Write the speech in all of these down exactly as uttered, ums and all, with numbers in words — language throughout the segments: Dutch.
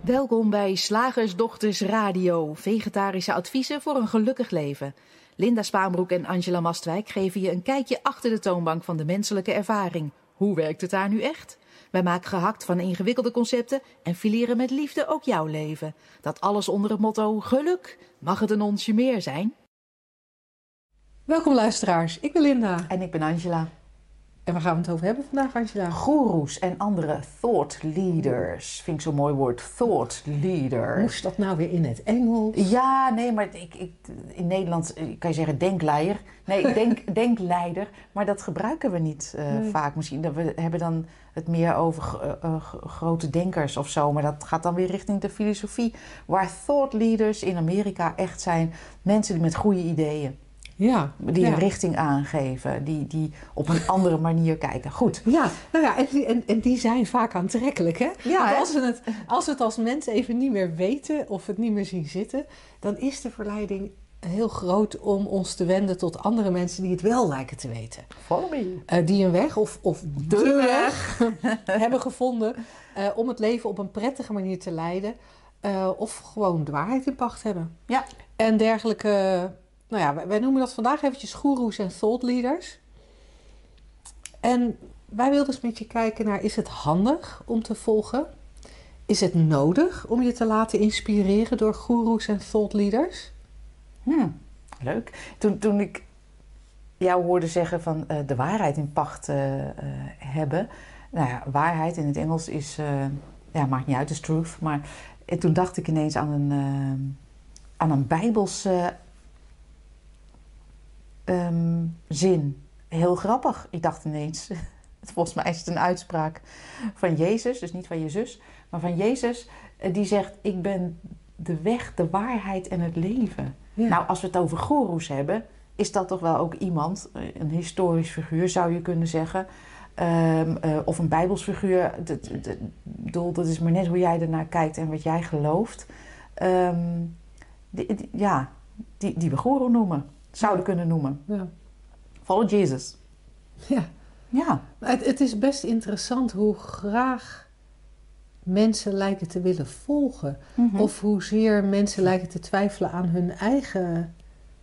Welkom bij Slagersdochters Radio, vegetarische adviezen voor een gelukkig leven. Linda Spaanbroek en Angela Mastwijk geven je een kijkje achter de toonbank van de menselijke ervaring. Hoe werkt het daar nu echt? Wij maken gehakt van ingewikkelde concepten en fileren met liefde ook jouw leven. Dat alles onder het motto geluk. Mag het een onsje meer zijn? Welkom luisteraars, ik ben Linda. En ik ben Angela. En waar gaan we het over hebben vandaag, Angela? Goeroes en andere thought leaders. Vind ik zo'n mooi woord, thought leader. Moest dat nou weer in het Engels? Ja, nee, maar ik, ik, in Nederland kan je zeggen denkleider. Nee, denk, denkleider. Maar dat gebruiken we niet uh, nee. vaak. Misschien we hebben dan het meer over uh, uh, grote denkers of zo. Maar dat gaat dan weer richting de filosofie. Waar thought leaders in Amerika echt zijn mensen met goede ideeën. Ja, die ja. een richting aangeven, die, die op een andere manier kijken. Goed. Ja, nou ja, en, en, en die zijn vaak aantrekkelijk, hè? Ja, Want als we, het, als we het als mens even niet meer weten of het niet meer zien zitten, dan is de verleiding heel groot om ons te wenden tot andere mensen die het wel lijken te weten. Follow me. Uh, die een weg of, of de, de weg hebben gevonden uh, om het leven op een prettige manier te leiden. Uh, of gewoon de waarheid in pacht hebben. Ja. En dergelijke... Nou ja, wij noemen dat vandaag eventjes goeroes en thought leaders. En wij wilden eens met je kijken naar, is het handig om te volgen? Is het nodig om je te laten inspireren door goeroes en thought leaders? Hmm, leuk. Toen, toen ik jou hoorde zeggen van uh, de waarheid in pacht uh, uh, hebben. Nou ja, waarheid in het Engels is, uh, ja, maakt niet uit, is truth. Maar en toen dacht ik ineens aan een, uh, aan een Bijbelse Um, zin. Heel grappig. Ik dacht ineens, volgens mij is het een uitspraak van Jezus, dus niet van je zus, maar van Jezus, die zegt, ik ben de weg, de waarheid en het leven. Ja. Nou, als we het over goeroes hebben, is dat toch wel ook iemand, een historisch figuur zou je kunnen zeggen, um, uh, of een bijbelsfiguur. Dat is maar net hoe jij ernaar kijkt en wat jij gelooft. Um, die, die, ja, die, die we goeroe noemen. Zouden kunnen noemen. Ja. Follow Jesus. Ja. Ja. Het, het is best interessant hoe graag mensen lijken te willen volgen. Mm-hmm. Of hoezeer mensen lijken te twijfelen aan hun eigen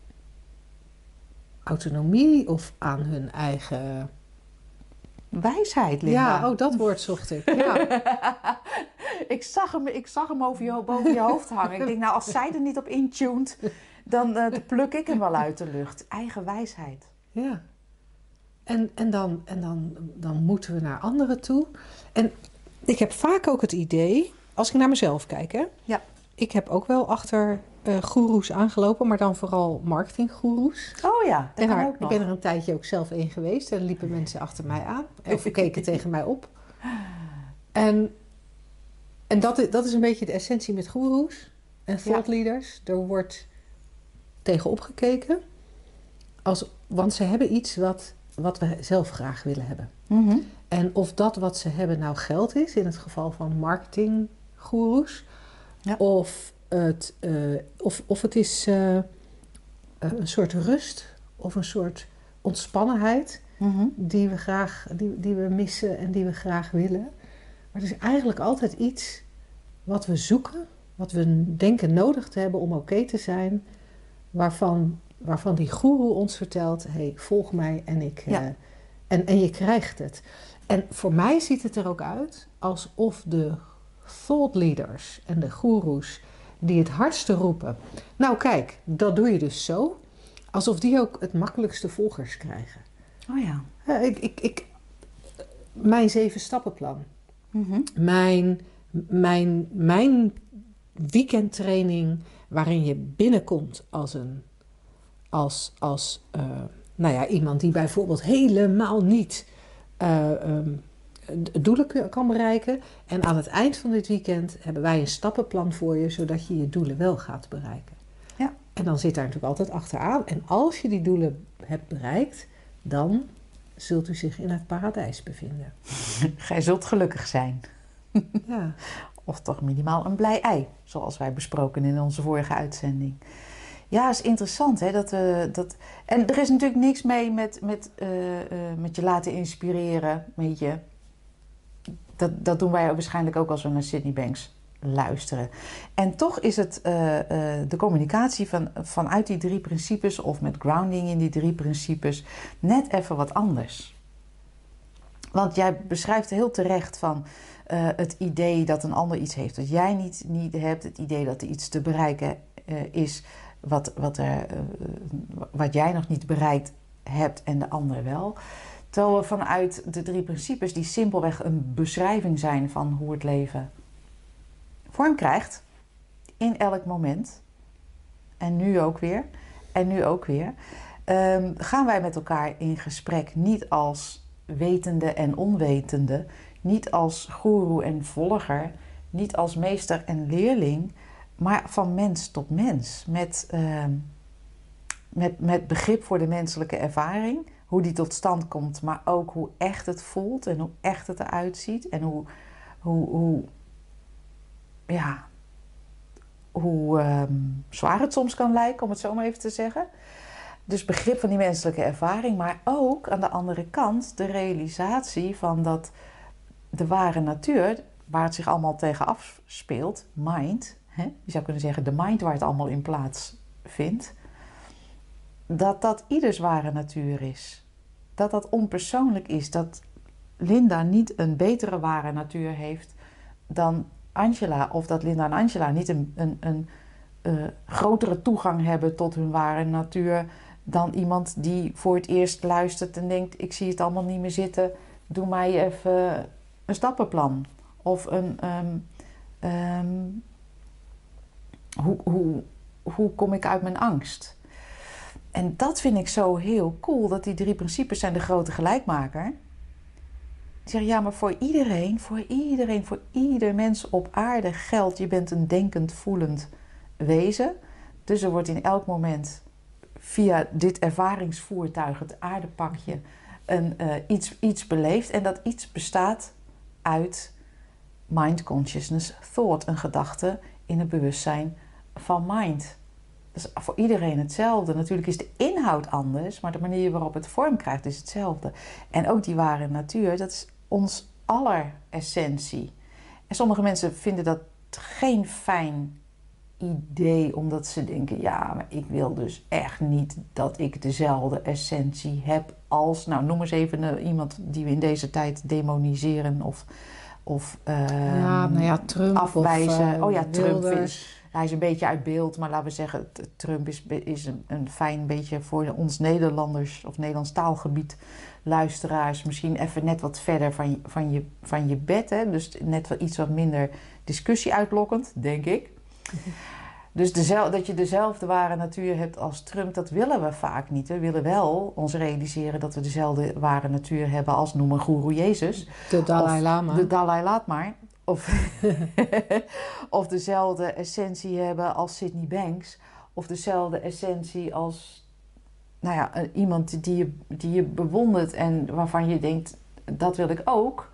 autonomie of aan hun eigen wijsheid, Linda. Ja, oh, dat woord zocht ik. Ja. ik, zag hem, ik zag hem over je, boven je hoofd hangen. Ik denk, nou, als zij er niet op intuned, dan uh, pluk ik hem wel uit de lucht. Eigen wijsheid. Ja. En, en, dan, en dan, dan moeten we naar anderen toe. En ik heb vaak ook het idee, als ik naar mezelf kijk, hè. Ja. Ik heb ook wel achter uh, goeroes aangelopen, maar dan vooral marketinggoeroes. Oh ja, dat en kan haar, ook nog. Ik ben er een tijdje ook zelf in geweest en liepen mensen achter mij aan. Of keken tegen mij op. En, en dat, is, dat is een beetje de essentie met goeroes en thought ja. leaders. Er wordt tegenop gekeken, als, want ze hebben iets wat, wat we zelf graag willen hebben. Mm-hmm. En of dat wat ze hebben nou geld is, in het geval van marketinggoeroes, ja. of, het, uh, of, of het is uh, een soort rust of een soort ontspannenheid mm-hmm. die we graag, die, die we missen en die we graag willen. Maar het is eigenlijk altijd iets wat we zoeken, wat we denken nodig te hebben om oké te zijn, waarvan, waarvan die goeroe ons vertelt, hey, volg mij en, ik, ja. uh, en, en je krijgt het. En voor mij ziet het er ook uit alsof de thought leaders en de goeroes die het hardste roepen, nou kijk, dat doe je dus zo, alsof die ook het makkelijkste volgers krijgen. Oh ja. Uh, ik, ik, ik, mijn zeven stappenplan, mm-hmm. mijn, mijn, mijn weekendtraining waarin je binnenkomt als een als, als uh, nou ja, iemand die bijvoorbeeld helemaal niet uh, um, doelen kan bereiken. En aan het eind van dit weekend hebben wij een stappenplan voor je, zodat je je doelen wel gaat bereiken. Ja. En dan zit daar natuurlijk altijd achteraan. En als je die doelen hebt bereikt, dan zult u zich in het paradijs bevinden. Gij zult gelukkig zijn. Ja. Of toch minimaal een blij ei, zoals wij besproken in onze vorige uitzending. Ja, is interessant, hè? Dat we, dat... En er is natuurlijk niks mee met, met, uh, uh, met je laten inspireren, weet je. Dat, dat doen wij waarschijnlijk ook als we naar Sydney Banks luisteren. En toch is het uh, uh, de communicatie van, vanuit die drie principes of met grounding in die drie principes net even wat anders. Want jij beschrijft heel terecht van uh, het idee dat een ander iets heeft dat jij niet, niet hebt. Het idee dat er iets te bereiken uh, is wat, wat, er, uh, wat jij nog niet bereikt hebt en de ander wel. Terwijl we vanuit de drie principes die simpelweg een beschrijving zijn van hoe het leven vorm krijgt. In elk moment. En nu ook weer. En nu ook weer. Um, gaan wij met elkaar in gesprek niet als wetende en onwetende. Niet als goeroe en volger. Niet als meester en leerling. Maar van mens tot mens. Met, uh, met, met begrip voor de menselijke ervaring. Hoe die tot stand komt. Maar ook hoe echt het voelt. En hoe echt het eruit ziet. En hoe... hoe, hoe ja... hoe um, zwaar het soms kan lijken, om het zo maar even te zeggen. Dus begrip van die menselijke ervaring, maar ook aan de andere kant de realisatie van dat de ware natuur, waar het zich allemaal tegen afspeelt, mind, hè, je zou kunnen zeggen de mind waar het allemaal in plaats vindt, dat dat ieders ware natuur is. Dat dat onpersoonlijk is, dat Linda niet een betere ware natuur heeft dan Angela, of dat Linda en Angela niet een, een, een uh, grotere toegang hebben tot hun ware natuur dan iemand die voor het eerst luistert en denkt, ik zie het allemaal niet meer zitten, doe mij even een stappenplan. Of een, um, um, hoe, hoe, hoe kom ik uit mijn angst? En dat vind ik zo heel cool, dat die drie principes zijn de grote gelijkmaker. Ik zeg, ja, maar voor iedereen, voor iedereen, voor ieder mens op aarde geldt, je bent een denkend, voelend wezen. Dus er wordt in elk moment via dit ervaringsvoertuig, het aardepakje, een, uh, iets, iets beleefd. En dat iets bestaat uit mind, consciousness, thought, een gedachte in het bewustzijn van mind. Dat is voor iedereen hetzelfde. Natuurlijk is de inhoud anders, maar de manier waarop het vorm krijgt is hetzelfde. En ook die ware natuur, dat is ons aller essentie. En sommige mensen vinden dat geen fijn idee, omdat ze denken, ja, maar ik wil dus echt niet dat ik dezelfde essentie heb als, nou, noem eens even uh, iemand die we in deze tijd demoniseren of, of uh, ja, nou ja, Trump afwijzen. Of, uh, oh ja, Trump Wilders. is... Hij is een beetje uit beeld, maar laten we zeggen, Trump is, is een, een fijn beetje voor ons Nederlanders of Nederlands taalgebied luisteraars. Misschien even net wat verder van je, van je, van je bed. Hè? Dus net wel iets wat minder discussie uitlokkend, denk ik. Mm-hmm. Dus dezelfde, dat je dezelfde ware natuur hebt als Trump, dat willen we vaak niet. We willen wel ons realiseren dat we dezelfde ware natuur hebben als, noem een goeroe Jezus. De Dalai Lama. De Dalai Lama. Of, of dezelfde essentie hebben als Sydney Banks. Of dezelfde essentie als, nou ja, iemand die je, die je bewondert en waarvan je denkt, dat wil ik ook.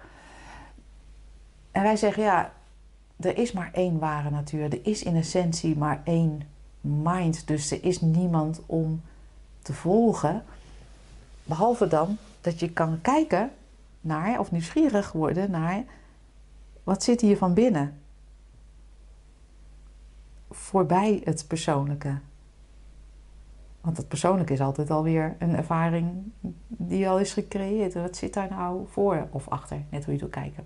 En wij zeggen, ja, er is maar één ware natuur. Er is in essentie maar één mind. Dus er is niemand om te volgen. Behalve dan dat je kan kijken naar, of nieuwsgierig worden naar, wat zit hier van binnen? Voorbij het persoonlijke. Want het persoonlijke is altijd alweer een ervaring die al is gecreëerd. Wat zit daar nou voor of achter? Net hoe je doet kijken.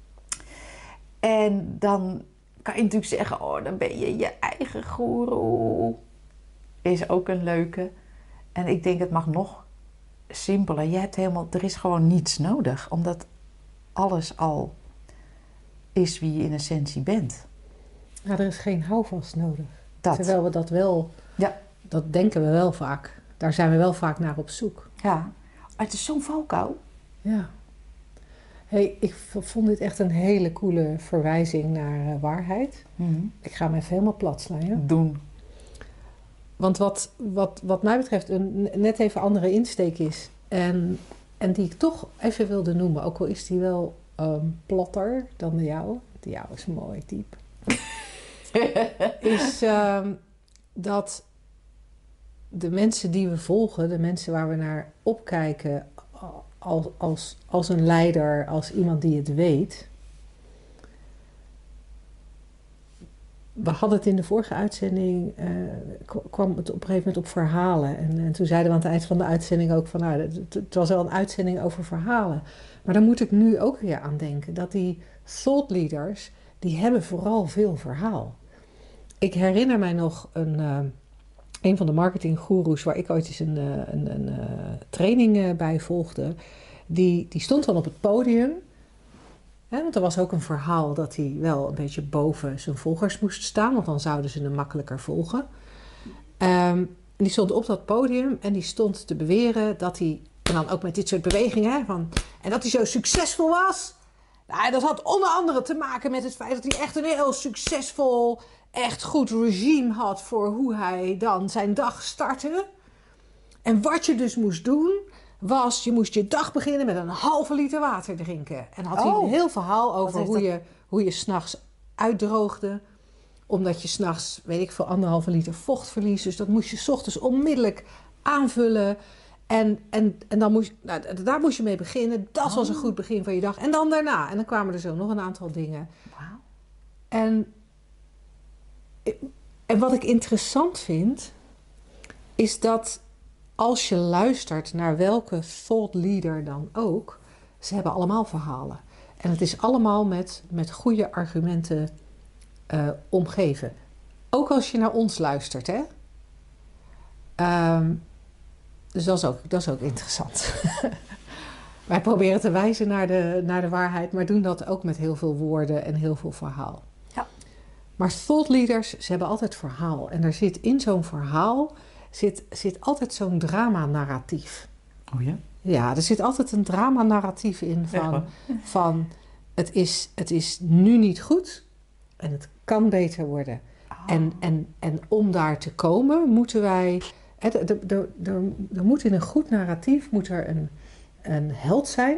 En dan kan je natuurlijk zeggen, oh, dan ben je je eigen goeroe. Is ook een leuke. En ik denk, het mag nog simpeler. Je hebt helemaal, er is gewoon niets nodig. Omdat alles al is wie je in essentie bent. Ja, er is geen houvast nodig. Dat. Terwijl we dat wel, ja. dat denken we wel vaak. Daar zijn we wel vaak naar op zoek. Ja, het is zo'n valkuil. Ja. Hey, ik vond dit echt een hele coole verwijzing naar uh, waarheid. Mm-hmm. Ik ga hem even helemaal plat slaan. Ja? Doen. Want wat, wat, wat mij betreft een net even andere insteek is. En, en die ik toch even wilde noemen. Ook al is die wel um, platter dan de jouwe. De jouwe is mooi diep. is um, dat de mensen die we volgen. De mensen waar we naar opkijken. Als, als, als een leider. Als iemand die het weet. we hadden het in de vorige uitzending, uh, kwam het op een gegeven moment op verhalen. En, en toen zeiden we aan het eind van de uitzending ook van, nou, het, het was wel een uitzending over verhalen. Maar daar moet ik nu ook weer aan denken, dat die thought leaders, die hebben vooral veel verhaal. Ik herinner mij nog een, uh, een van de marketinggoeroes waar ik ooit eens een, uh, een, een uh, training uh, bij volgde. Die, die stond dan op het podium. Hè, want er was ook een verhaal dat hij wel een beetje boven zijn volgers moest staan. Want dan zouden ze hem makkelijker volgen. Um, die stond op dat podium en die stond te beweren dat hij... En dan ook met dit soort bewegingen. Hè, van, en dat hij zo succesvol was. Nou, dat had onder andere te maken met het feit dat hij echt een heel succesvol... echt goed regime had voor hoe hij dan zijn dag startte. En wat je dus moest doen... was, je moest je dag beginnen met een halve liter water drinken. En had hij Oh. een heel verhaal over hoe dat? je, hoe je 's nachts uitdroogde. Omdat je 's nachts, weet ik veel, anderhalve liter vocht verliest. Dus dat moest je 's ochtends onmiddellijk aanvullen. En, en, en dan moest, nou, daar moest je mee beginnen. Dat Oh. was een goed begin van je dag. En dan daarna. En dan kwamen er zo nog een aantal dingen. Wauw. En, en wat ik interessant vind... is dat... als je luistert naar welke thought leader dan ook... ze hebben allemaal verhalen. En het is allemaal met, met goede argumenten uh, omgeven. Ook als je naar ons luistert, hè? Um, dus dat is ook, dat is ook interessant. Wij proberen te wijzen naar de, naar de waarheid... maar doen dat ook met heel veel woorden en heel veel verhaal. Ja. Maar thought leaders, ze hebben altijd verhaal. En er zit in zo'n verhaal... Zit, zit altijd zo'n drama-narratief. Oh ja? Ja, er zit altijd een drama-narratief in van... Ja. van het, is, het is nu niet goed en het kan beter worden. Oh. En, en, en om daar te komen moeten wij... Er, er, er, er, er moet in een goed narratief moet er een, een held zijn...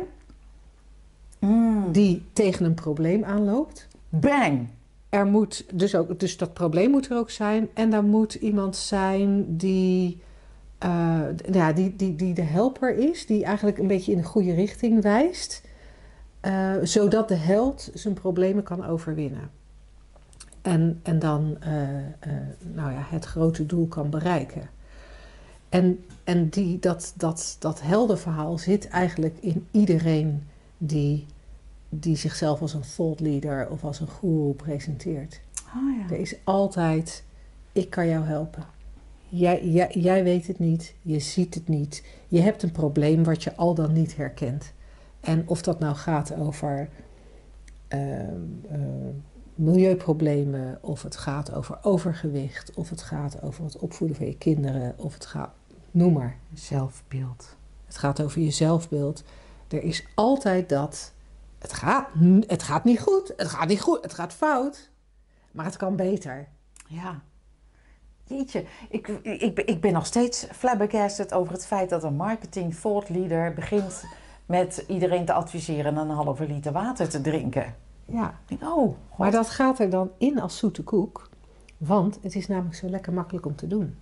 Mm. die tegen een probleem aanloopt. Bang! Er moet dus ook, dus dat probleem moet er ook zijn. En daar moet iemand zijn die, uh, ja, die, die, die de helper is. Die eigenlijk een beetje in de goede richting wijst. Uh, zodat de held zijn problemen kan overwinnen. En, en dan uh, uh, nou ja, het grote doel kan bereiken. En, en die, dat, dat, dat heldenverhaal zit eigenlijk in iedereen die... die zichzelf als een thought leader of als een goeroe presenteert. Oh ja. Er is altijd, ik kan jou helpen. Jij, jij, jij weet het niet, je ziet het niet. Je hebt een probleem wat je al dan niet herkent. En of dat nou gaat over uh, uh, milieuproblemen... of het gaat over overgewicht... of het gaat over het opvoeden van je kinderen... of het gaat, noem maar. Zelfbeeld. Het gaat over je zelfbeeld. Er is altijd dat... Het gaat, het gaat niet goed, het gaat niet goed, het gaat fout. Maar het kan beter. Ja. Jeetje, ik, ik, ik ben nog steeds flabbergasted over het feit dat een marketing thought leader begint met iedereen te adviseren een halve liter water te drinken. Ja. Ik denk, oh, God. Maar dat gaat er dan in als zoete koek. Want het is namelijk zo lekker makkelijk om te doen.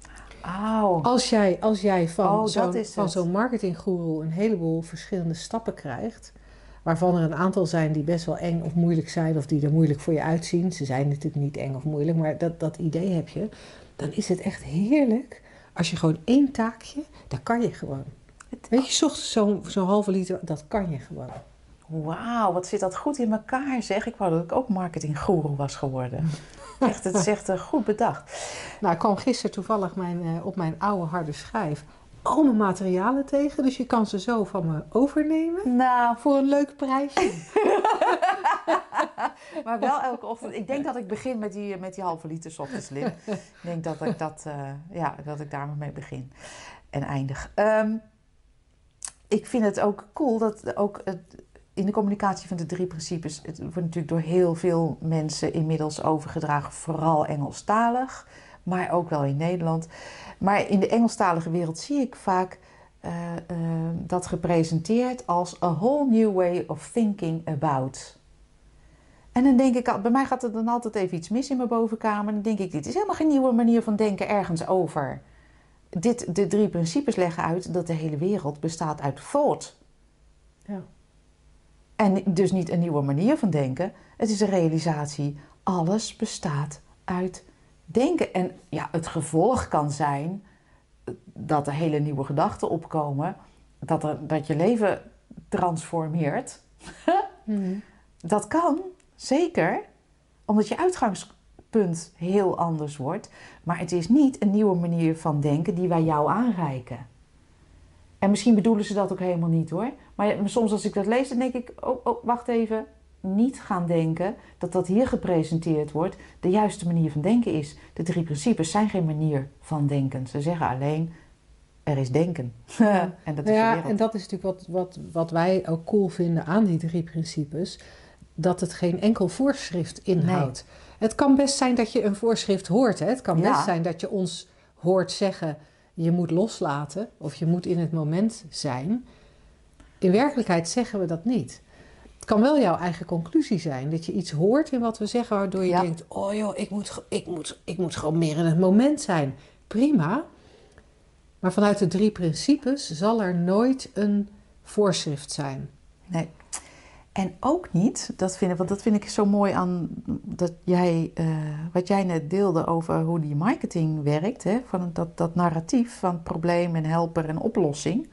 Oh. Als jij, als jij van Oh, zo'n, van zo'n marketinggoeroe een heleboel verschillende stappen krijgt... waarvan er een aantal zijn die best wel eng of moeilijk zijn... of die er moeilijk voor je uitzien. Ze zijn natuurlijk niet eng of moeilijk, maar dat, dat idee heb je. Dan is het echt heerlijk als je gewoon één taakje... dat kan je gewoon. Weet je, 's ochtends zo'n zo'n halve liter, dat kan je gewoon. Wauw, wat zit dat goed in elkaar, zeg. Ik wou dat ik ook marketinggoeroe was geworden. Echt, het is echt uh, goed bedacht. Nou, ik kwam gisteren toevallig mijn, uh, op mijn oude harde schijf... al mijn materialen tegen, dus je kan ze zo van me overnemen. Nou, voor een leuk prijsje. Maar wel elke ochtend. Ik denk dat ik begin met die, met die halve liter 's ochtends, Lin. Ik denk dat ik, dat, uh, ja, dat ik daar maar mee begin. En eindig. Um, ik vind het ook cool dat ook het, in de communicatie van de drie principes... het wordt natuurlijk door heel veel mensen inmiddels overgedragen. Vooral Engelstalig, maar ook wel in Nederland. Maar in de Engelstalige wereld zie ik vaak uh, uh, dat gepresenteerd als a whole new way of thinking about. En dan denk ik, bij mij gaat er dan altijd even iets mis in mijn bovenkamer. Dan denk ik, dit is helemaal geen nieuwe manier van denken ergens over. Dit, de drie principes leggen uit dat de hele wereld bestaat uit thought. Ja. En dus niet een nieuwe manier van denken. Het is een realisatie, alles bestaat uit denken. En ja, het gevolg kan zijn dat er hele nieuwe gedachten opkomen. Dat, er, dat je leven transformeert. Mm. Dat kan, zeker. Omdat je uitgangspunt heel anders wordt. Maar het is niet een nieuwe manier van denken die wij jou aanreiken. En misschien bedoelen ze dat ook helemaal niet hoor. Maar soms als ik dat lees, dan denk ik... Oh, oh, wacht even. Niet gaan denken dat dat hier gepresenteerd wordt... de juiste manier van denken is. De drie principes zijn geen manier van denken. Ze zeggen alleen... Er is denken. Ja. en dat is ja, de wereld. en dat is natuurlijk wat, wat, wat wij ook cool vinden aan die drie principes. Dat het geen enkel voorschrift inhoudt. Nee. Het kan best zijn dat je een voorschrift hoort. Hè? Het kan best ja. zijn dat je ons hoort zeggen... je moet loslaten of je moet in het moment zijn. In werkelijkheid zeggen we dat niet. Het kan wel jouw eigen conclusie zijn. Dat je iets hoort in wat we zeggen... waardoor je ja. denkt... oh joh, ik moet, ik, moet, ik moet gewoon meer in het moment zijn. Prima. Maar vanuit de drie principes zal er nooit een voorschrift zijn. Nee. En ook niet, dat vind ik, want dat vind ik zo mooi aan dat jij, uh, wat jij net deelde over hoe die marketing werkt. Hè, van dat, dat narratief van probleem en helper en oplossing.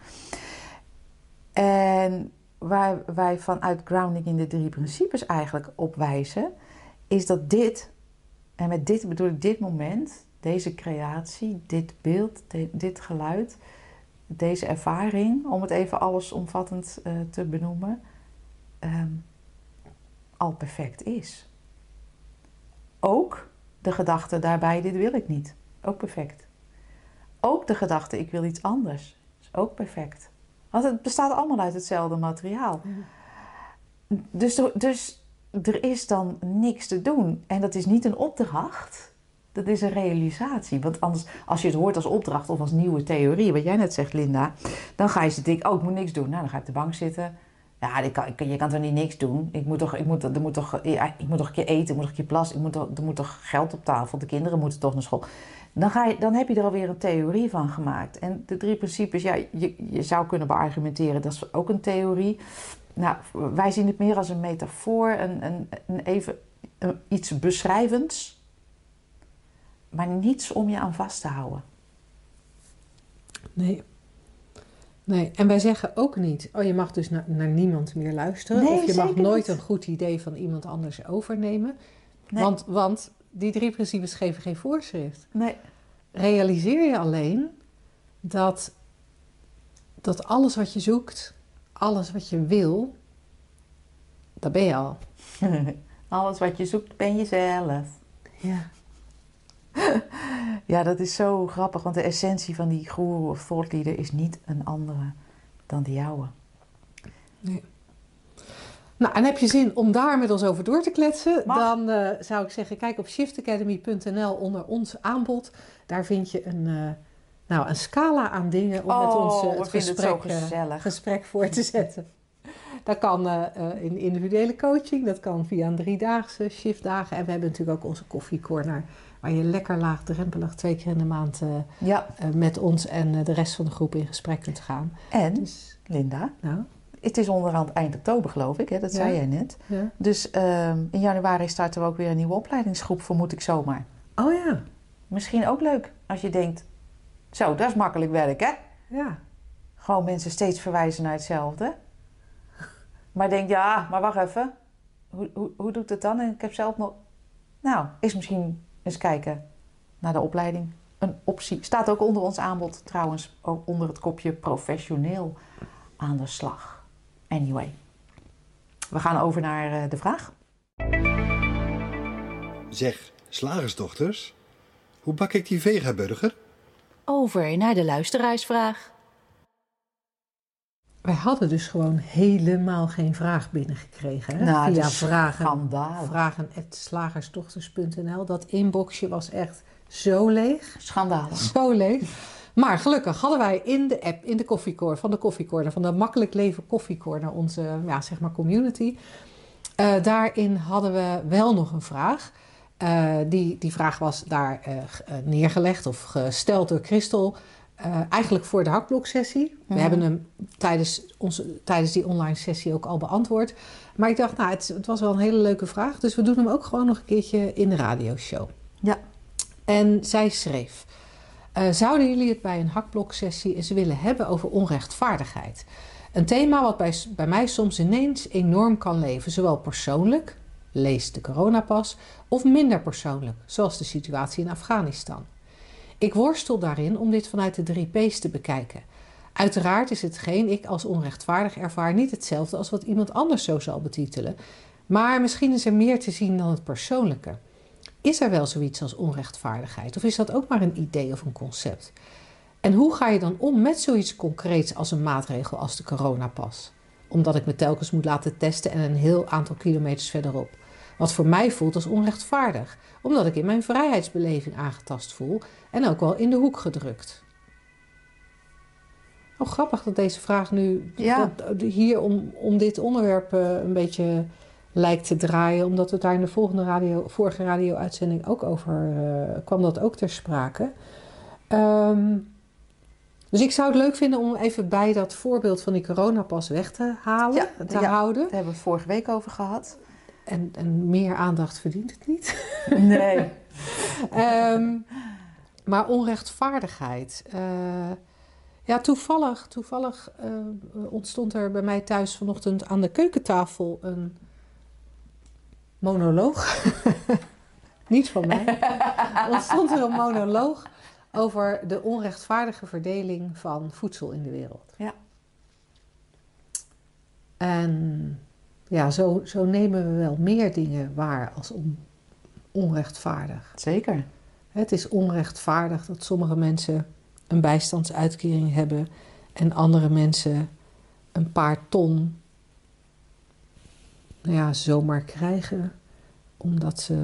En waar wij vanuit grounding in de drie principes eigenlijk op wijzen, is dat dit, en met dit bedoel ik dit moment, deze creatie, dit beeld, de, dit geluid, deze ervaring, om het even allesomvattend uh, te benoemen, um, al perfect is. Ook de gedachte daarbij, dit wil ik niet. Ook perfect. Ook de gedachte, ik wil iets anders. Is ook perfect. Want het bestaat allemaal uit hetzelfde materiaal. Mm. Dus, dus er is dan niks te doen. En dat is niet een opdracht. Dat is een realisatie. Want anders, als je het hoort als opdracht of als nieuwe theorie, wat jij net zegt, Linda, dan ga je ze denken, oh, ik moet niks doen. Nou, dan ga ik op de bank zitten. Ja, ik kan, ik, je kan toch niet niks doen? Ik moet toch, ik moet, er moet toch, ja, ik moet toch een keer eten, ik moet toch een keer plassen, ik moet toch, er moet toch geld op tafel, de kinderen moeten toch naar school. Dan, ga je, dan heb je er alweer een theorie van gemaakt. En de drie principes, ja, je, je zou kunnen beargumenteren, dat is ook een theorie. Nou, wij zien het meer als een metafoor, een, een, een even een, iets beschrijvends, maar niets om je aan vast te houden. Nee. Nee, en wij zeggen ook niet, oh je mag dus naar, naar niemand meer luisteren. Nee, of je mag nooit niet. een goed idee van iemand anders overnemen. Nee. Want, want die drie principes geven geen voorschrift. Nee. Realiseer je alleen dat, dat alles wat je zoekt, alles wat je wil, dat ben je al. Alles wat je zoekt, ben je zelf. Ja. Ja, dat is zo grappig, want de essentie van die goeroe of thought leader is niet een andere dan de jouwe. Nee. Nou, en heb je zin om daar met ons over door te kletsen? Mag. Dan uh, zou ik zeggen, kijk op shift academy punt n l onder ons aanbod. Daar vind je een, uh, nou, een scala aan dingen om oh, met ons uh, het, gesprek, het uh, gesprek voor te zetten. Dat kan uh, uh, in individuele coaching, dat kan via een driedaagse shiftdagen. En we hebben natuurlijk ook onze koffiecorner, waar je lekker laagdrempelig twee keer in de maand uh, ja. uh, met ons en uh, de rest van de groep in gesprek kunt gaan. En, dus, Linda, nou? Het is onderhand eind oktober geloof ik, hè? Dat ja. zei jij net. Ja. Dus uh, in januari starten we ook weer een nieuwe opleidingsgroep, vermoed ik zomaar. Oh ja. Misschien ook leuk als je denkt, zo, dat is makkelijk werk, hè? Ja. Gewoon mensen steeds verwijzen naar hetzelfde. Maar denk, ja, maar wacht even. Hoe, hoe, hoe doet het dan? En ik heb zelf nog... Nou, is misschien eens kijken naar de opleiding. Een optie. Staat ook onder ons aanbod trouwens. Ook onder het kopje professioneel aan de slag. Anyway. We gaan over naar uh, de vraag. Zeg, slagersdochters. Hoe bak ik die vegaburger? Over naar de luisteraarsvraag. Wij hadden dus gewoon helemaal geen vraag binnengekregen. Hè? Nou, via vragen, vragen at slagersdochters punt n l. Dat inboxje was echt zo leeg. Schandalig. Zo leeg. Maar gelukkig hadden wij in de app, in de koffiecorner, van de koffiecorner, van de Makkelijk Leven koffiecorner, onze ja, zeg maar community. Uh, daarin hadden we wel nog een vraag. Uh, die, die vraag was daar uh, neergelegd of gesteld door Christel. Uh, eigenlijk voor de hakbloksessie. We mm-hmm. hebben hem tijdens, onze, tijdens die online sessie ook al beantwoord. Maar ik dacht, nou, het, het was wel een hele leuke vraag. Dus we doen hem ook gewoon nog een keertje in de radioshow. Ja. En zij schreef... Uh, zouden jullie het bij een hakbloksessie eens willen hebben over onrechtvaardigheid? Een thema wat bij, bij mij soms ineens enorm kan leven. Zowel persoonlijk, lees de coronapas, of minder persoonlijk, zoals de situatie in Afghanistan. Ik worstel daarin om dit vanuit de drie P's te bekijken. Uiteraard is hetgeen ik als onrechtvaardig ervaar niet hetzelfde als wat iemand anders zo zal betitelen. Maar misschien is er meer te zien dan het persoonlijke. Is er wel zoiets als onrechtvaardigheid? Of is dat ook maar een idee of een concept? En hoe ga je dan om met zoiets concreets als een maatregel als de coronapas? Omdat ik me telkens moet laten testen en een heel aantal kilometers verderop. Wat voor mij voelt als onrechtvaardig. Omdat ik in mijn vrijheidsbeleving aangetast voel en ook wel in de hoek gedrukt. Oh, grappig dat deze vraag nu Ja. dat, hier om, om dit onderwerp uh, een beetje lijkt te draaien. Omdat het daar in de volgende radio, vorige radio-uitzending ook over uh, kwam dat ook ter sprake. Um, dus ik zou het leuk vinden om even bij dat voorbeeld van die coronapas weg te halen, Ja, te ja, houden. Daar hebben we het vorige week over gehad. En, en meer aandacht verdient het niet. Nee. um, maar onrechtvaardigheid. Uh, ja, toevallig, toevallig uh, ontstond er bij mij thuis vanochtend aan de keukentafel een monoloog. Niet van mij. Ontstond er een monoloog over de onrechtvaardige verdeling van voedsel in de wereld. Ja. En ja, zo, zo nemen we wel meer dingen waar als on, onrechtvaardig. Zeker. Het is onrechtvaardig dat sommige mensen een bijstandsuitkering hebben en andere mensen een paar ton nou ja, zomaar krijgen omdat ze,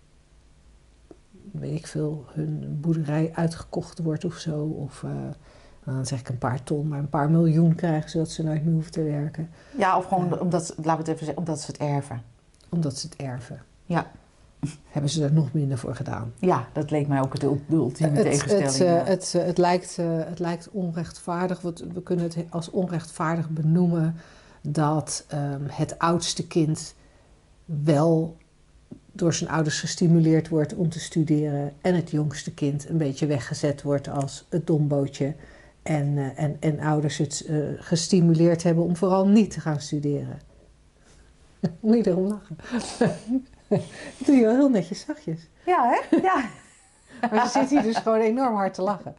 weet ik veel, hun boerderij uitgekocht wordt of zo. Of uh, dan zeg ik een paar ton, maar een paar miljoen krijgen zodat ze nooit meer hoeven te werken. Ja, of gewoon Ja. omdat, laten we het even zeggen, omdat ze het erven. Omdat ze het erven. Ja. Hebben ze er nog minder voor gedaan. Ja, dat leek mij ook het, de ultieme Het, tegenstelling. het, uh, ja. het, uh, het, lijkt, uh, het lijkt onrechtvaardig. We kunnen het als onrechtvaardig benoemen dat um, het oudste kind wel door zijn ouders gestimuleerd wordt om te studeren en het jongste kind een beetje weggezet wordt als het dombootje en, uh, en, en ouders het uh, gestimuleerd hebben om vooral niet te gaan studeren. Moet je erom lachen? Dat doe je wel heel netjes zachtjes. Ja, hè? Ja. Maar ze zit hier dus gewoon enorm hard te lachen.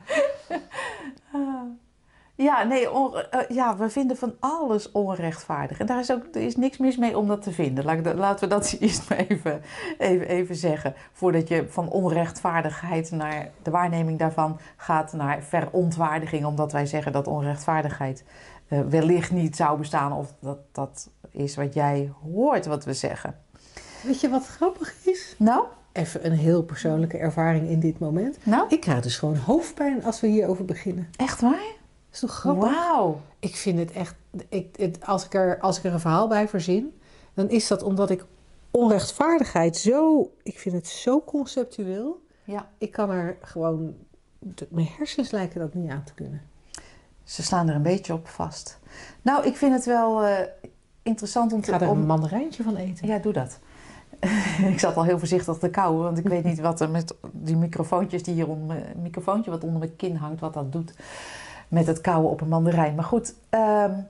Ja, nee, on, uh, ja, we vinden van alles onrechtvaardig. En daar is ook er is niks mis mee om dat te vinden. Laat, laten we dat eerst maar even, even, even zeggen. Voordat je van onrechtvaardigheid naar de waarneming daarvan gaat naar verontwaardiging. Omdat wij zeggen dat onrechtvaardigheid uh, wellicht niet zou bestaan. Of dat dat is wat jij hoort wat we zeggen. Weet je wat grappig is? Nou? Even een heel persoonlijke ervaring in dit moment. Nou? Ik krijg dus gewoon hoofdpijn als we hierover beginnen. Echt waar? Dat is toch grappig? Wauw. Ik vind het echt... Ik, het, als, ik er, als ik er een verhaal bij verzin, dan is dat omdat ik onrechtvaardigheid zo... Ik vind het zo conceptueel. Ja. Ik kan er gewoon... Mijn hersens lijken dat niet aan te kunnen. Ze staan er een beetje op vast. Nou, ik vind het wel uh, interessant om ik te... ga er om... een mandarijntje van eten. Ja, doe dat. Ik zat al heel voorzichtig te kauwen, want ik weet niet wat er met die microfoontjes die hier om mijn microfoontje wat onder mijn kin hangt, wat dat doet met het kauwen op een mandarijn. Maar goed, um,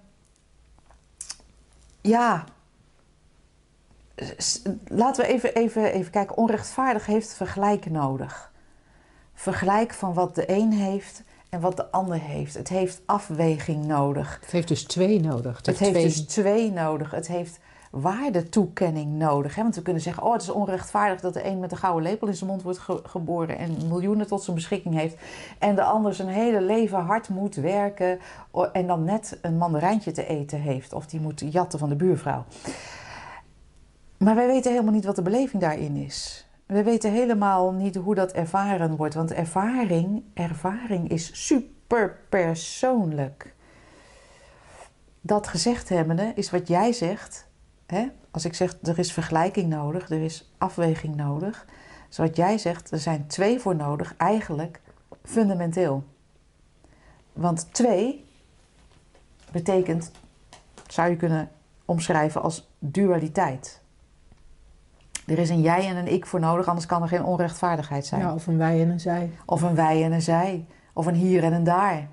ja, laten we even, even, even kijken. Onrechtvaardig heeft vergelijk nodig. Vergelijk van wat de een heeft en wat de ander heeft. Het heeft afweging nodig. Het heeft dus twee nodig. Het heeft, het heeft twee... dus twee nodig. Het heeft waardetoekenning nodig. Hè? Want we kunnen zeggen, oh, het is onrechtvaardig dat de een met een gouden lepel in zijn mond wordt ge- geboren en miljoenen tot zijn beschikking heeft. En de ander zijn hele leven hard moet werken en dan net een mandarijntje te eten heeft. Of die moet jatten van de buurvrouw. Maar wij weten helemaal niet wat de beleving daarin is. We weten helemaal niet hoe dat ervaren wordt. Want ervaring, ervaring is super persoonlijk. Dat gezegd hebbende is wat jij zegt. Hè? Als ik zeg, er is vergelijking nodig, er is afweging nodig. Dus wat jij zegt, er zijn twee voor nodig, eigenlijk fundamenteel. Want twee betekent, zou je kunnen omschrijven als dualiteit. Er is een jij en een ik voor nodig, anders kan er geen onrechtvaardigheid zijn. Ja, of een wij en een zij. Of een wij en een zij. Of een hier en een daar.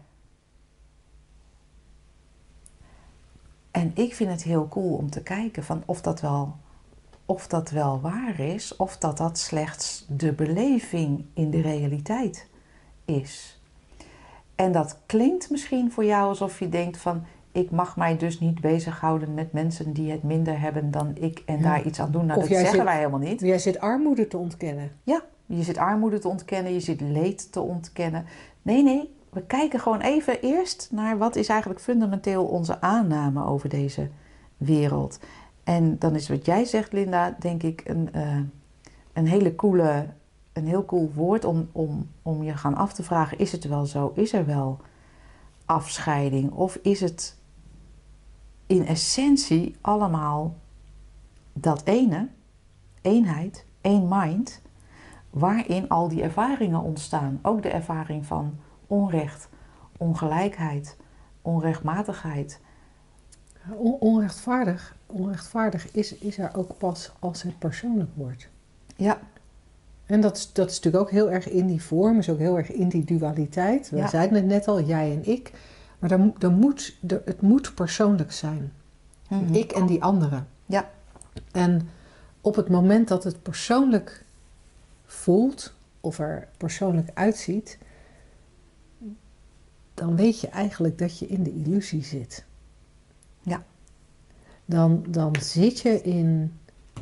En ik vind het heel cool om te kijken van of dat wel, of dat wel waar is. Of dat dat slechts de beleving in de realiteit is. En dat klinkt misschien voor jou alsof je denkt van... ik mag mij dus niet bezighouden met mensen die het minder hebben dan ik... en Ja. daar iets aan doen. Nou, Of dat jij zeggen zit- wij helemaal niet. Jij zit armoede te ontkennen. Ja, je zit armoede te ontkennen, je zit leed te ontkennen. Nee, nee, we kijken gewoon even eerst naar... wat is eigenlijk fundamenteel onze aanname over deze wereld. En dan is wat jij zegt, Linda, denk ik een, uh, een hele coole... een heel cool woord om, om, om je gaan af te vragen... is het wel zo? Is er wel afscheiding? Of is het in essentie allemaal dat ene, eenheid, één mind... waarin al die ervaringen ontstaan. Ook de ervaring van onrecht, ongelijkheid, onrechtmatigheid. On- onrechtvaardig, onrechtvaardig is, is er ook pas als het persoonlijk wordt. Ja, En dat is, dat is natuurlijk ook heel erg in die vorm, is ook heel erg in die dualiteit. We Ja. zeiden het net al, jij en ik. Maar dan, dan moet, de- het moet persoonlijk zijn. Mhm. Ik en die anderen. Ja. En op het moment dat het persoonlijk voelt, of er persoonlijk uitziet, dan weet je eigenlijk dat je in de illusie zit. Ja. Dan, dan zit je in...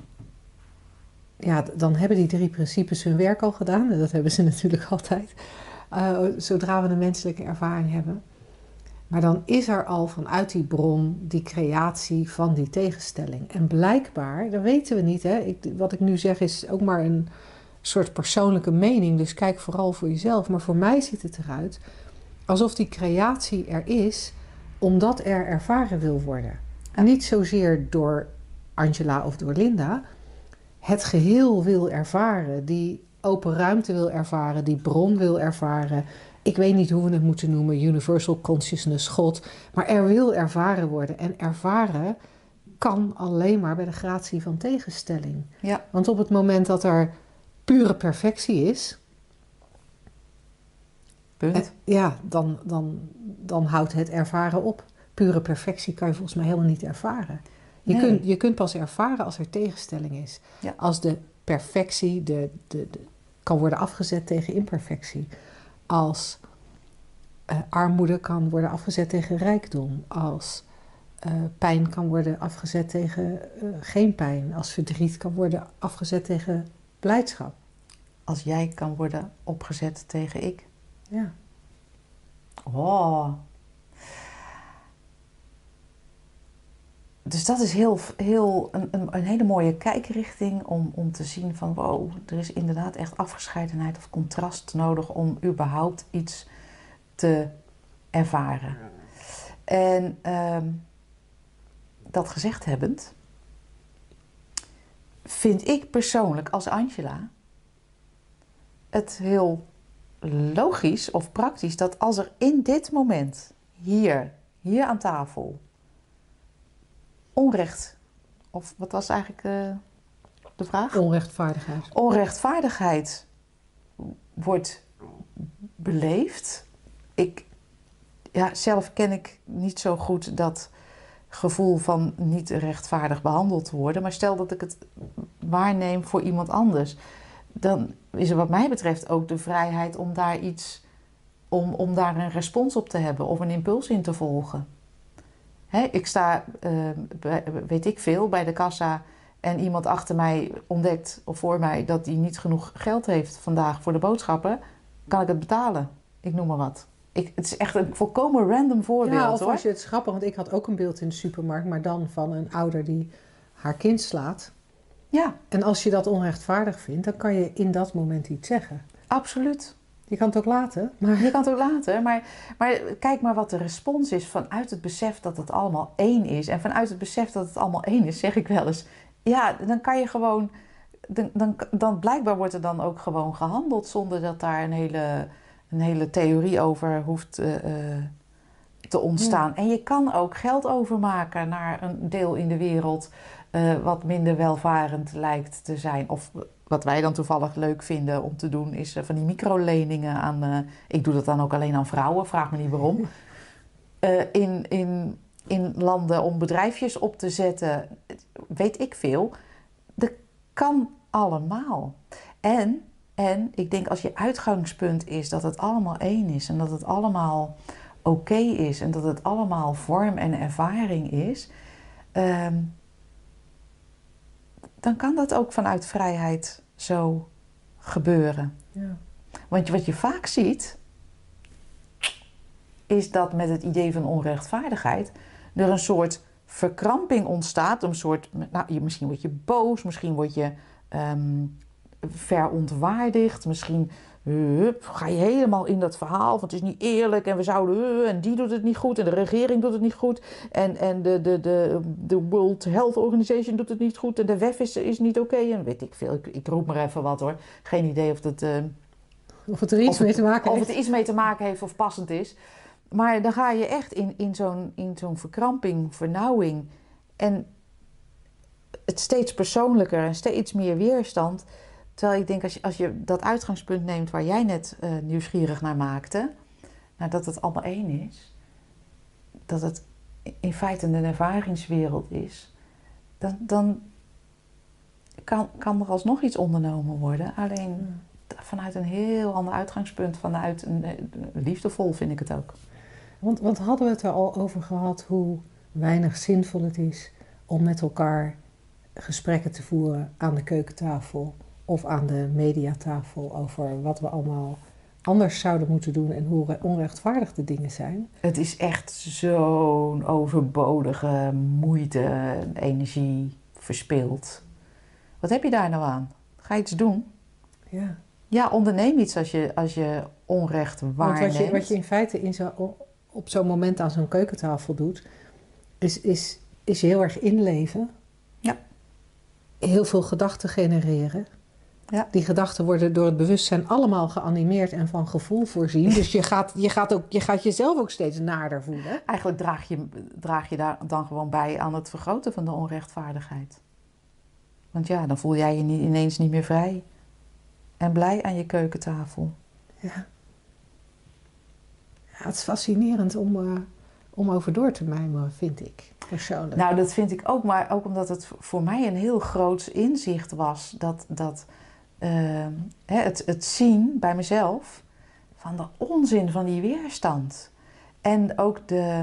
Ja, dan hebben die drie principes hun werk al gedaan. En dat hebben ze natuurlijk altijd. Uh, zodra we een menselijke ervaring hebben. Maar dan is er al vanuit die bron die creatie van die tegenstelling. En blijkbaar, dat weten we niet. Hè? Ik, wat ik nu zeg is ook maar een soort persoonlijke mening. Dus kijk vooral voor jezelf. Maar voor mij ziet het eruit alsof die creatie er is omdat er ervaren wil worden. Ja. Niet zozeer door Angela of door Linda. Het geheel wil ervaren, die open ruimte wil ervaren, die bron wil ervaren. Ik weet niet hoe we het moeten noemen, universal consciousness, God. Maar er wil ervaren worden. En ervaren kan alleen maar bij de gratie van tegenstelling. Ja. Want op het moment dat er pure perfectie is... Punt. Eh, ja, dan, dan, dan houdt het ervaren op. Pure perfectie kan je volgens mij helemaal niet ervaren. Je, Nee. kunt, je kunt pas ervaren als er tegenstelling is. Ja. Als de perfectie de, de, de, kan worden afgezet tegen imperfectie. Als uh, armoede kan worden afgezet tegen rijkdom. Als uh, pijn kan worden afgezet tegen uh, geen pijn. Als verdriet kan worden afgezet tegen blijdschap. Als jij kan worden opgezet tegen ik. Ja. Oh. Dus dat is heel, heel een, een, een hele mooie kijkrichting om, om te zien van wow, er is inderdaad echt afgescheidenheid of contrast nodig om überhaupt iets te ervaren. En um, dat gezegd hebbend, vind ik persoonlijk als Angela het heel logisch of praktisch dat als er in dit moment, hier, hier aan tafel, onrecht, of wat was eigenlijk uh, de vraag? Onrechtvaardigheid. Onrechtvaardigheid wordt beleefd. Ik, ja, zelf ken ik niet zo goed dat gevoel van niet rechtvaardig behandeld te worden. Maar stel dat ik het waarneem voor iemand anders, dan is er wat mij betreft ook de vrijheid om daar iets, om, om daar een respons op te hebben of een impuls in te volgen. Hè, ik sta, uh, bij, weet ik veel, bij de kassa en iemand achter mij ontdekt of voor mij dat hij niet genoeg geld heeft vandaag voor de boodschappen, kan ik het betalen. Ik noem maar wat. Ik, het is echt een volkomen random voorbeeld. Ja, of hoor. als je het is grappig, want ik had ook een beeld in de supermarkt, maar dan van een ouder die haar kind slaat. Ja, En als je dat onrechtvaardig vindt, dan kan je in dat moment iets zeggen. absoluut. Je kan het ook laten, maar... Je kan het ook laten, maar, maar kijk maar wat de respons is vanuit het besef dat het allemaal één is. En vanuit het besef dat het allemaal één is, zeg ik wel eens, ja, dan kan je gewoon, dan, dan, dan blijkbaar wordt er dan ook gewoon gehandeld zonder dat daar een hele, een hele theorie over hoeft uh, uh, te ontstaan. Ja. En je kan ook geld overmaken naar een deel in de wereld uh, wat minder welvarend lijkt te zijn. Of wat wij dan toevallig leuk vinden om te doen, is uh, van die microleningen aan... Uh, ik doe dat dan ook alleen aan vrouwen, vraag me niet waarom. Uh, in, in, in landen om bedrijfjes op te zetten, weet ik veel. Dat kan allemaal. En, en ik denk als je uitgangspunt is dat het allemaal één is en dat het allemaal oké okay is en dat het allemaal vorm en ervaring is, um, dan kan dat ook vanuit vrijheid zo gebeuren. Ja. Want wat je vaak ziet, is dat met het idee van onrechtvaardigheid er een soort verkramping ontstaat. Een soort, nou, misschien word je boos, misschien word je um, verontwaardigd, misschien uh, ga je helemaal in dat verhaal van het is niet eerlijk en we zouden uh, en die doet het niet goed en de regering doet het niet goed en, en de, de, de, de World Health Organization doet het niet goed en de W E F is, is niet oké okay, en weet ik veel. Ik, ik roep maar even wat hoor. Geen idee of het, uh, of het er iets of het, mee te maken of heeft. Of het iets mee te maken heeft of passend is. Maar dan ga je echt in, in, zo'n, in zo'n verkramping, vernauwing en het steeds persoonlijker en steeds meer weerstand. Terwijl ik denk, als je, als je dat uitgangspunt neemt waar jij net uh, nieuwsgierig naar maakte, nou, dat het allemaal één is, dat het in feite een ervaringswereld is, dan, dan kan, kan er alsnog iets ondernomen worden. Alleen vanuit een heel ander uitgangspunt, vanuit een, liefdevol vind ik het ook. Want, want hadden we het er al over gehad hoe weinig zinvol het is om met elkaar gesprekken te voeren aan de keukentafel of aan de mediatafel over wat we allemaal anders zouden moeten doen en hoe onrechtvaardig de dingen zijn? Het is echt zo'n overbodige moeite, energie verspild. Wat heb je daar nou aan? Ga je iets doen? Ja. Ja, onderneem iets als je, als je onrecht waarneemt. Want wat je, wat je in feite in zo, op zo'n moment aan zo'n keukentafel doet, is, is, is je heel erg inleven. Ja. Heel veel gedachten genereren. Ja. Die gedachten worden door het bewustzijn allemaal geanimeerd en van gevoel voorzien. Dus je gaat, je gaat, ook, je gaat jezelf ook steeds naarder voelen. Eigenlijk draag je, draag je daar dan gewoon bij aan het vergroten van de onrechtvaardigheid. Want ja, dan voel jij je niet, ineens niet meer vrij en blij aan je keukentafel. Ja. Ja, het is fascinerend om, uh, om over door te mijmeren, vind ik, persoonlijk. Nou, dat vind ik ook, maar ook omdat het voor mij een heel groot inzicht was. Dat, dat uh, hè, het, het zien bij mezelf van de onzin van die weerstand. En ook de,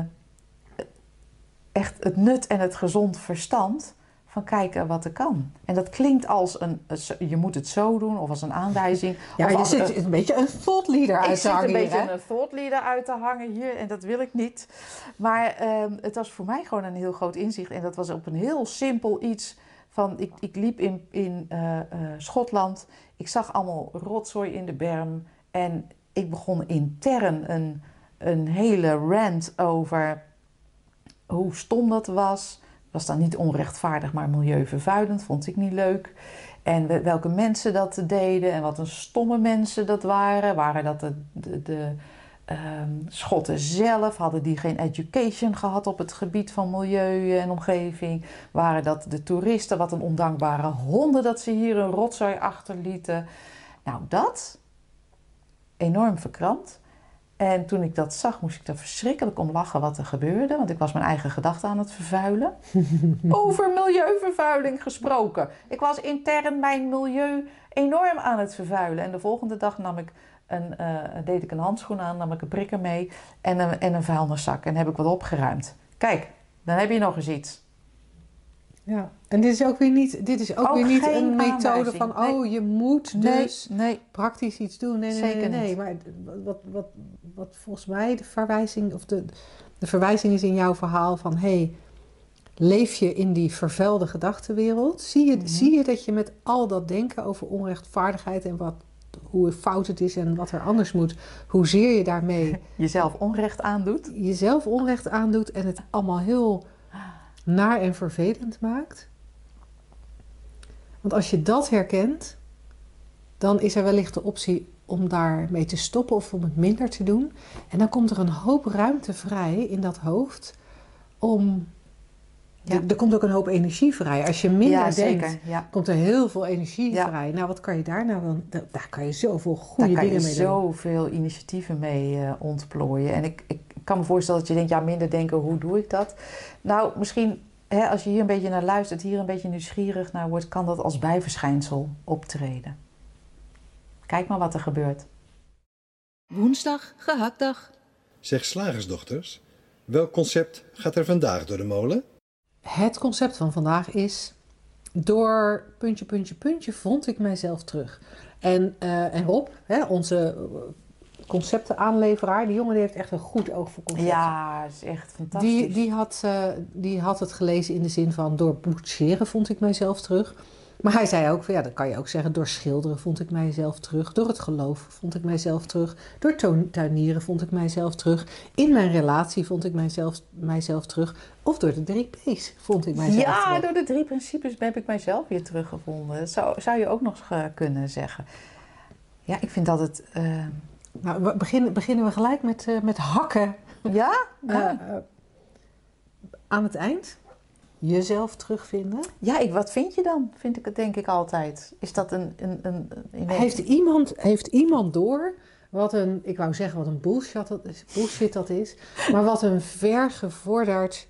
echt het nut en het gezond verstand van kijken wat er kan. En dat klinkt als een, je moet het zo doen of als een aanwijzing. Ja, of je als zit een, een beetje een thought leader uit te hangen. Ik zit een hier, beetje een thought leader uit te hangen hier en dat wil ik niet. Maar uh, het was voor mij gewoon een heel groot inzicht. En dat was op een heel simpel iets van, ik, ik liep in, in uh, uh, Schotland. Ik zag allemaal rotzooi in de berm. En ik begon intern een, een hele rant over hoe stom dat was. Was dan niet onrechtvaardig, maar milieuvervuilend. Vond ik niet leuk. En welke mensen dat deden en wat een stomme mensen dat waren. Waren dat de, de, de um, Schotten zelf? Hadden die geen education gehad op het gebied van milieu en omgeving? Waren dat de toeristen? Wat een ondankbare honden dat ze hier een rotzooi achterlieten. Nou, dat enorm verkrampt. En toen ik dat zag, moest ik er verschrikkelijk om lachen wat er gebeurde. Want ik was mijn eigen gedachten aan het vervuilen. Over milieuvervuiling gesproken. Ik was intern mijn milieu enorm aan het vervuilen. En de volgende dag nam ik een, uh, deed ik een handschoen aan, nam ik een prikker mee en een, en een vuilniszak. En heb ik wat opgeruimd. Kijk, dan heb je nog eens iets. Ja, en dit is ook weer niet, dit is ook ook weer niet een aanwijzing. methode van, nee. oh, je moet dus nee, nee. praktisch iets doen. Nee, nee, Zeker nee, nee. niet. Maar wat, wat, wat volgens mij de verwijzing, of de, de verwijzing is in jouw verhaal van, hé, hey, leef je in die vervuilde gedachtenwereld? Zie je, mm-hmm. zie je dat je met al dat denken over onrechtvaardigheid en wat, hoe fout het is en wat er anders moet, hoezeer je daarmee jezelf onrecht aandoet? Jezelf onrecht aandoet en het allemaal heel naar en vervelend maakt. Want als je dat herkent, dan is er wellicht de optie om daarmee te stoppen of om het minder te doen. En dan komt er een hoop ruimte vrij in dat hoofd om... Ja. Er, er komt ook een hoop energie vrij. Als je minder Ja, denkt, zeker. Ja. komt er heel veel energie Ja. vrij. Nou, wat kan je daar nou van... da- Daar kan je zoveel goede Daar kan dingen je mee doen. zoveel initiatieven mee uh, ontplooien. En ik, ik kan me voorstellen dat je denkt, ja, minder denken, hoe doe ik dat? Nou, misschien, hè, als je hier een beetje naar luistert, hier een beetje nieuwsgierig naar wordt, kan dat als bijverschijnsel optreden. Kijk maar wat er gebeurt. Woensdag, gehaktdag. Zeg slagersdochters, welk concept gaat er vandaag door de molen? Het concept van vandaag is... Door puntje, puntje, puntje vond ik mijzelf terug. En, uh, en Rob, hè, onze conceptenaanleveraar, die jongen die heeft echt een goed oog voor concepten. Ja, dat is echt fantastisch. Die, die, had, uh, die had het gelezen in de zin van... Door boetseren vond ik mijzelf terug. Maar hij zei ook, ja, dat kan je ook zeggen... Door schilderen vond ik mijzelf terug. Door het geloof vond ik mijzelf terug. Door tuinieren vond ik mijzelf terug. In mijn relatie vond ik mijzelf, mijzelf terug. Of door de drie P's vond ik mijzelf ja, terug. Ja, door de drie principes heb ik mijzelf weer teruggevonden. Dat zou, zou je ook nog kunnen zeggen. Ja, ik vind dat het... Uh... Nou, we beginnen, beginnen we gelijk met, uh, met hakken. Ja? ja. Uh, uh, aan het eind... Jezelf terugvinden? Ja, ik, wat vind je dan? Vind ik het denk ik altijd. Is dat een... een, een, een... Heeft, iemand, heeft iemand door wat een... Ik wou zeggen wat een bullshit dat is, bullshit dat is. Maar wat een vergevorderd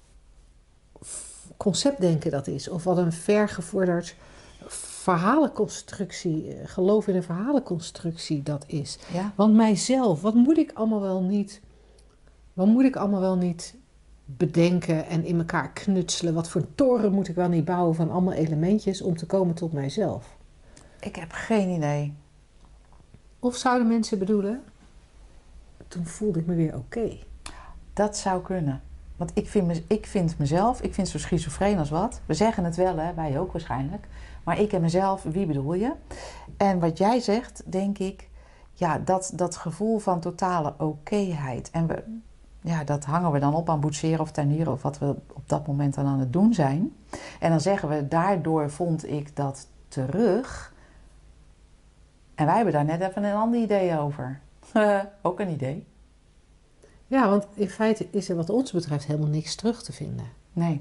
conceptdenken dat is. Of wat een vergevorderd verhalenconstructie... Geloof in een verhalenconstructie dat is. Ja. Want mijzelf, wat moet ik allemaal wel niet... Wat moet ik allemaal wel niet... bedenken en in elkaar knutselen. Wat voor een toren moet ik wel niet bouwen van allemaal elementjes om te komen tot mijzelf? Ik heb geen idee. Of zouden mensen bedoelen, toen voelde ik me weer oké. Okay. Dat zou kunnen. Want ik vind, me, ik vind mezelf, ik vind zo schizofreen als wat. We zeggen het wel, hè, wij ook waarschijnlijk. Maar ik en mezelf, wie bedoel je? En wat jij zegt, denk ik, ja, dat, dat gevoel van totale okéheid. En we... Ja, dat hangen we dan op aan boetseren of tuinieren of wat we op dat moment dan aan het doen zijn. En dan zeggen we, daardoor vond ik dat terug. En wij hebben daar net even een ander idee over. Ook een idee. Ja, want in feite is er wat ons betreft helemaal niks terug te vinden. Nee.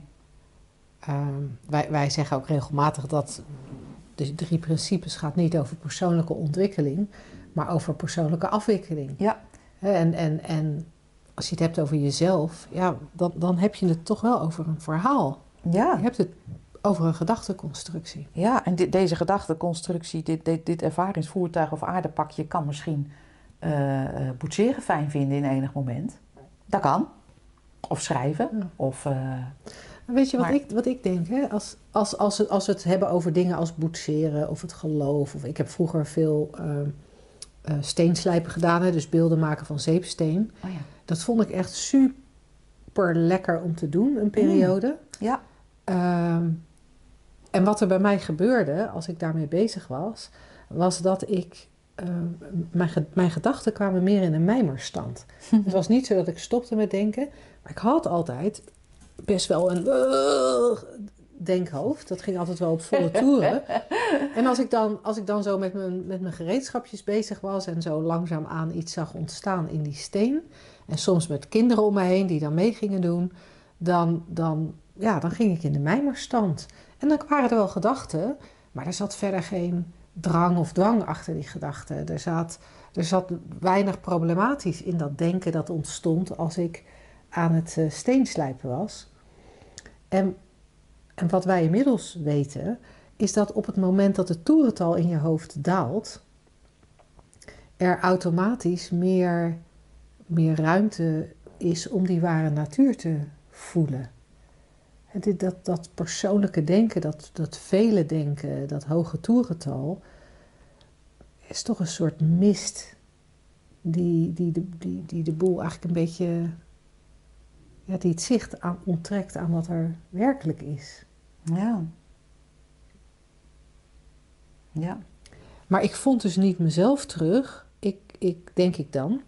Um, wij, wij zeggen ook regelmatig dat de drie principes gaat niet over persoonlijke ontwikkeling, maar over persoonlijke afwikkeling. Ja. En, en, en als je het hebt over jezelf, ja, dan, dan heb je het toch wel over een verhaal. Ja. Je hebt het over een gedachteconstructie. Ja, en dit, deze gedachteconstructie, dit, dit, dit ervaringsvoertuig of aardepakje kan misschien uh, uh, boetseren fijn vinden in enig moment. Dat kan. Of schrijven. Ja. Of, uh, Weet je wat, maar... ik, wat ik denk? Hè? Als, als, als, het, als we het hebben over dingen als boetseren of het geloof. Of, ik heb vroeger veel uh, uh, steenslijpen gedaan, hè? Dus beelden maken van zeepsteen. Oh ja. Dat vond ik echt super lekker om te doen, een periode. Mm. Ja. Um, en wat er bij mij gebeurde als ik daarmee bezig was, was dat ik... Uh, mijn, mijn gedachten kwamen meer in een mijmerstand. Het was niet zo dat ik stopte met denken, maar ik had altijd best wel een uh, denkhoofd. Dat ging altijd wel op volle toeren. En als ik dan, als ik dan zo met mijn, met mijn gereedschapjes bezig was en zo langzaamaan iets zag ontstaan in die steen, en soms met kinderen om me heen die dan mee gingen doen, dan, dan, ja, dan ging ik in de mijmerstand. En dan waren er wel gedachten, maar er zat verder geen drang of dwang achter die gedachten. Er zat, er zat weinig problematisch in dat denken dat ontstond als ik aan het uh, steenslijpen was. En, en wat wij inmiddels weten, is dat op het moment dat het toerental in je hoofd daalt, er automatisch meer, meer ruimte is om die ware natuur te voelen. Dat, dat, dat persoonlijke denken, dat, dat vele denken, dat hoge toerental, is toch een soort mist die, die, die, die, die de boel eigenlijk een beetje, ja, die het zicht aan, onttrekt aan wat er werkelijk is. Ja. Ja. Maar ik vond dus niet mezelf terug, ik, ik denk ik dan.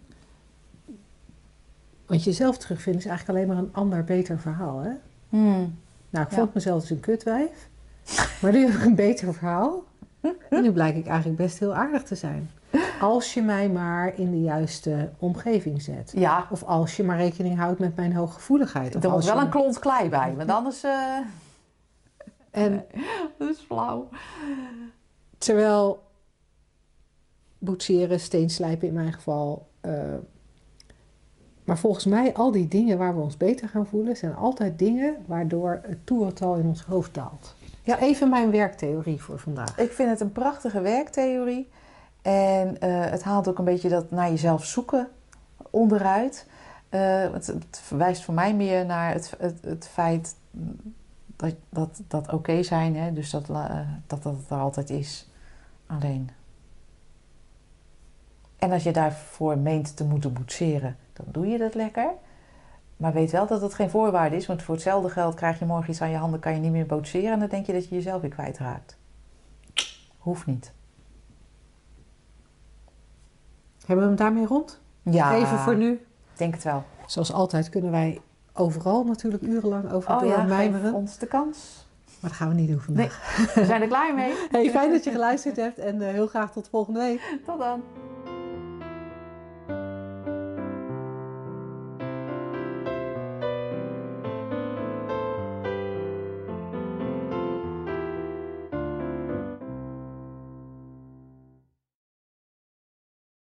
Want jezelf terugvinden is eigenlijk alleen maar een ander, beter verhaal, hè? Hmm. Nou, ik Ja. vond mezelf dus een kutwijf. Maar nu heb ik een beter verhaal. En nu blijk ik eigenlijk best heel aardig te zijn. Als je mij maar in de juiste omgeving zet. Ja, Of als je maar rekening houdt met mijn hooggevoeligheid. Of er moet als wel je een me- klont klei bij, want anders... eh En dat is flauw. terwijl boetseren, steenslijpen in mijn geval... eh, maar volgens mij al die dingen waar we ons beter gaan voelen... zijn altijd dingen waardoor het toerental in ons hoofd daalt. Ja, even mijn werktheorie voor vandaag. Ik vind het een prachtige werktheorie. En eh, het haalt ook een beetje dat naar jezelf zoeken onderuit. Eh, het, het verwijst voor mij meer naar het, het, het feit dat dat, dat oké zijn. Hè? Dus dat, la- dat dat het er altijd is. Alleen. En als je daarvoor meent te moeten boetseren, dan doe je dat lekker. Maar weet wel dat het geen voorwaarde is. Want voor hetzelfde geld krijg je morgen iets aan je handen, kan je niet meer boetseren. En dan denk je dat je jezelf weer kwijtraakt. Hoeft niet. Hebben we hem daarmee rond? Ja, Even voor nu. ik denk het wel. Zoals altijd kunnen wij overal natuurlijk urenlang over Oh ja, geef doormijmeren. ons de kans. Maar dat gaan we niet doen vandaag. We zijn er klaar mee. Hey, fijn dat je geluisterd hebt en eh, heel graag tot volgende week. Tot dan.